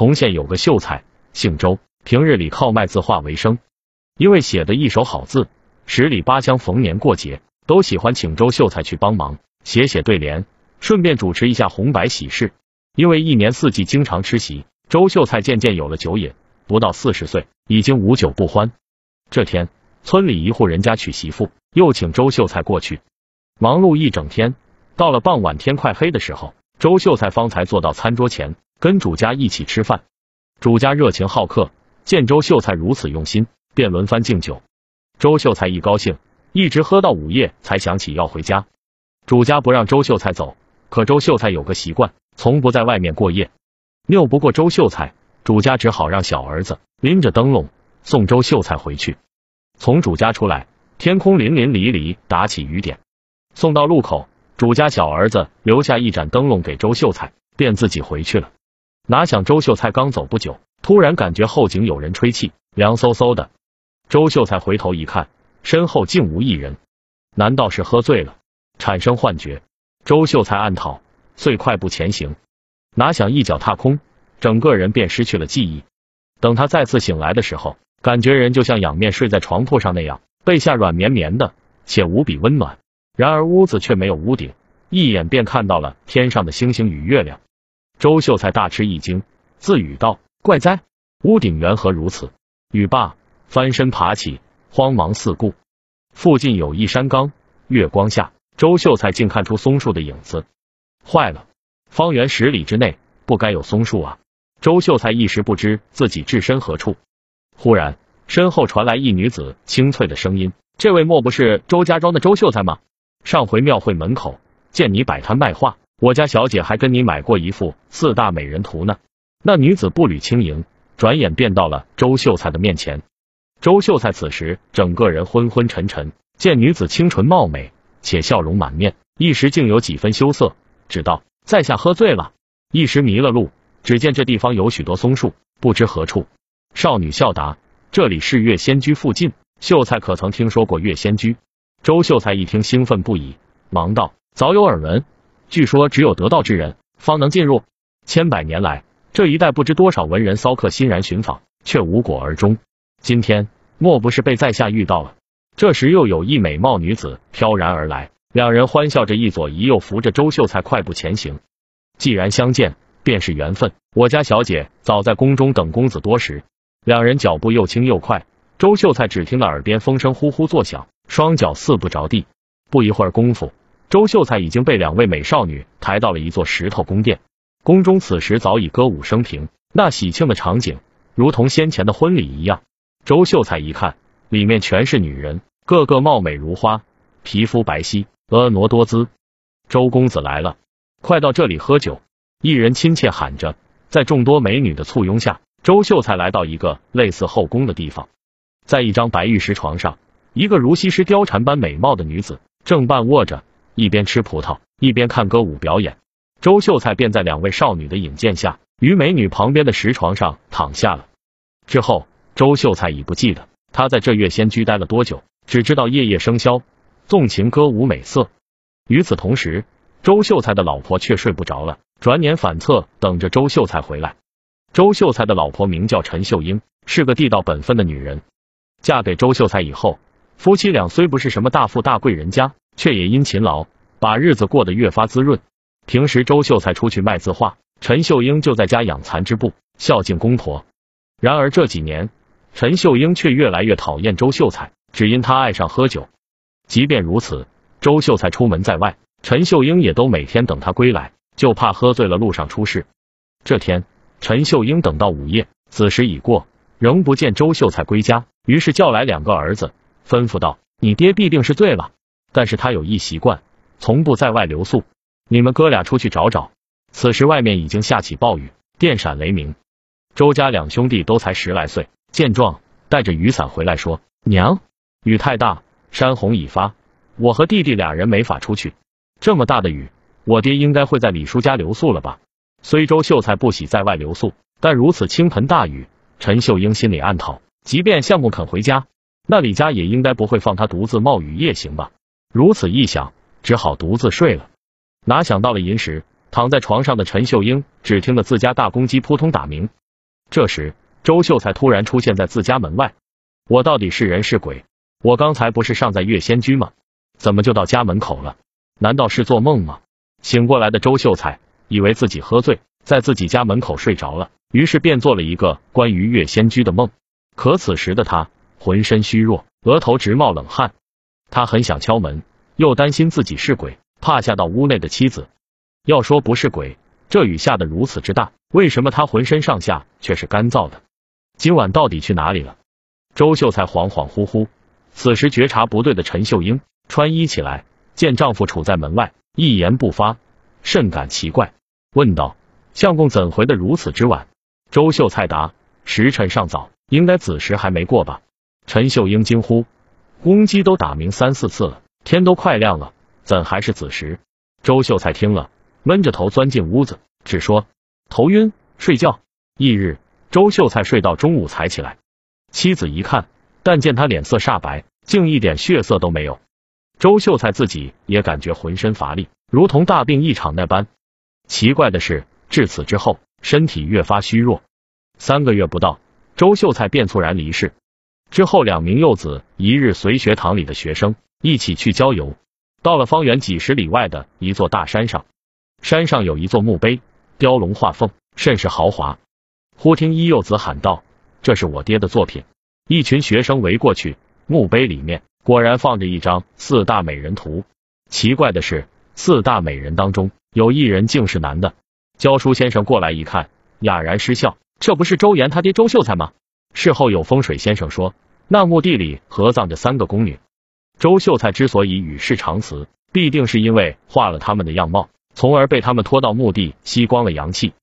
同县有个秀才，姓周，平日里靠卖字画为生。因为写的一手好字，十里八乡逢年过节都喜欢请周秀才去帮忙写对联，顺便主持一下红白喜事。因为一年四季经常吃席，周秀才渐渐有了酒瘾，不到40岁已经无酒不欢。这天，村里一户人家娶媳妇，又请周秀才过去，忙碌一整天。到了傍晚天快黑的时候，周秀才方才坐到餐桌前，跟主家一起吃饭。主家热情好客，见周秀才如此用心，便轮番敬酒。周秀才一高兴，一直喝到午夜才想起要回家。主家不让周秀才走，可周秀才有个习惯，从不在外面过夜。拗不过周秀才，主家只好让小儿子拎着灯笼送周秀才回去。从主家出来，天空淋淋漓漓，打起雨点。送到路口，主家小儿子留下一盏灯笼给周秀才，便自己回去了。哪想周秀才刚走不久，突然感觉后颈有人吹气，凉飕飕的。周秀才回头一看，身后竟无一人，难道是喝醉了，产生幻觉？周秀才暗讨，遂快步前行。哪想一脚踏空，整个人便失去了记忆。等他再次醒来的时候，感觉人就像仰面睡在床铺上那样，背下软绵绵的，且无比温暖。然而屋子却没有屋顶，一眼便看到了天上的星星与月亮。周秀才大吃一惊，自语道：怪哉，屋顶缘何如此？语罢，翻身爬起，慌忙四顾。附近有一山岗，月光下，周秀才竟看出松树的影子。坏了，方圆10里之内不该有松树啊！周秀才一时不知自己置身何处。忽然，身后传来一女子清脆的声音：这位莫不是周家庄的周秀才吗？上回庙会门口见你摆摊卖画，我家小姐还跟你买过一幅4大美人图呢。那女子步履轻盈，转眼便到了周秀才的面前。周秀才此时整个人昏昏沉沉，见女子清纯貌美，且笑容满面，一时竟有几分羞涩，只道在下喝醉了，一时迷了路。只见这地方有许多松树，不知何处。少女笑答：这里是月仙居附近，秀才可曾听说过月仙居？周秀才一听兴奋不已，忙道：早有耳闻，据说只有得道之人方能进入，千百年来这一带不知多少文人骚客欣然寻访，却无果而终。今天莫不是被在下遇到了？这时又有一美貌女子飘然而来，两人欢笑着一左一右扶着周秀才快步前行。既然相见，便是缘分，我家小姐早在宫中等公子多时。两人脚步又轻又快，周秀才只听到耳边风声呼呼作响，双脚四不着地。不一会儿功夫，周秀才已经被2位美少女抬到了一座石头宫殿。宫中此时早已歌舞升平，那喜庆的场景如同先前的婚礼一样。周秀才一看，里面全是女人，个个貌美如花，皮肤白皙，婀娜多姿。周公子来了，快到这里喝酒！一人亲切喊着。在众多美女的簇拥下，周秀才来到一个类似后宫的地方。在一张白玉石床上，一个如西施貂蝉般美貌的女子正半卧着，一边吃葡萄一边看歌舞表演。周秀才便在2位少女的引荐下，于美女旁边的石床上躺下了。之后周秀才已不记得他在这月仙居待了多久，只知道夜夜笙箫，纵情歌舞美色。与此同时，周秀才的老婆却睡不着了，转脸反侧等着周秀才回来。周秀才的老婆名叫陈秀英，是个地道本分的女人。嫁给周秀才以后，夫妻俩虽不是什么大富大贵人家，却也因勤劳，把日子过得越发滋润。平时周秀才出去卖字画，陈秀英就在家养蚕织布，孝敬公婆。然而这几年，陈秀英却越来越讨厌周秀才，只因他爱上喝酒。即便如此，周秀才出门在外，陈秀英也都每天等他归来，就怕喝醉了路上出事。这天，陈秀英等到午夜，子时已过，仍不见周秀才归家，于是叫来2个儿子，吩咐道：你爹必定是醉了，但是他有一习惯，从不在外留宿，你们哥俩出去找找。此时外面已经下起暴雨，电闪雷鸣。周家2兄弟都才10来岁，见状带着雨伞回来说：娘，雨太大，山洪已发，我和弟弟2人没法出去。这么大的雨，我爹应该会在李叔家留宿了吧？虽周秀才不喜在外留宿，但如此倾盆大雨，陈秀英心里暗讨，即便相公肯回家，那李家也应该不会放他独自冒雨夜行吧。如此一想，只好独自睡了。哪想到了寅时，躺在床上的陈秀英只听得自家大公鸡扑通打鸣， 这时，周秀才突然出现在自家门外。我到底是人是鬼？我刚才不是尚在月仙居吗？怎么就到家门口了？难道是做梦吗？醒过来的周秀才以为自己喝醉，在自己家门口睡着了，于是便做了一个关于月仙居的梦。可此时的他浑身虚弱，额头直冒冷汗。他很想敲门，又担心自己是鬼，怕吓到屋内的妻子。要说不是鬼，这雨下得如此之大，为什么他浑身上下却是干燥的？今晚到底去哪里了？周秀才恍恍惚惚，此时觉察不对的陈秀英穿衣起来，见丈夫处在门外，一言不发，甚感奇怪，问道：相公怎回得如此之晚？周秀才答：时辰尚早，应该子时还没过吧。陈秀英惊呼：公鸡都打鸣3、4次了，天都快亮了，怎还是子时？周秀才听了，闷着头钻进屋子，只说头晕，睡觉。翌日，周秀才睡到中午才起来，妻子一看，但见他脸色煞白，竟一点血色都没有。周秀才自己也感觉浑身乏力，如同大病一场那般。奇怪的是，至此之后，身体越发虚弱。3个月不到，周秀才便猝然离世。之后2名幼子一日随学堂里的学生一起去郊游，到了方圆几10里外的一座大山上，山上有一座墓碑，雕龙画凤，甚是豪华。忽听一幼子喊道：这是我爹的作品。一群学生围过去，墓碑里面果然放着一张4大美人图。奇怪的是，4大美人当中有1人竟是男的。教书先生过来一看，哑然失笑，这不是周岩他爹周秀才吗？事后有风水先生说，那墓地里合葬着3个宫女。周秀才之所以与世长辞，必定是因为画了他们的样貌，从而被他们拖到墓地吸光了阳气。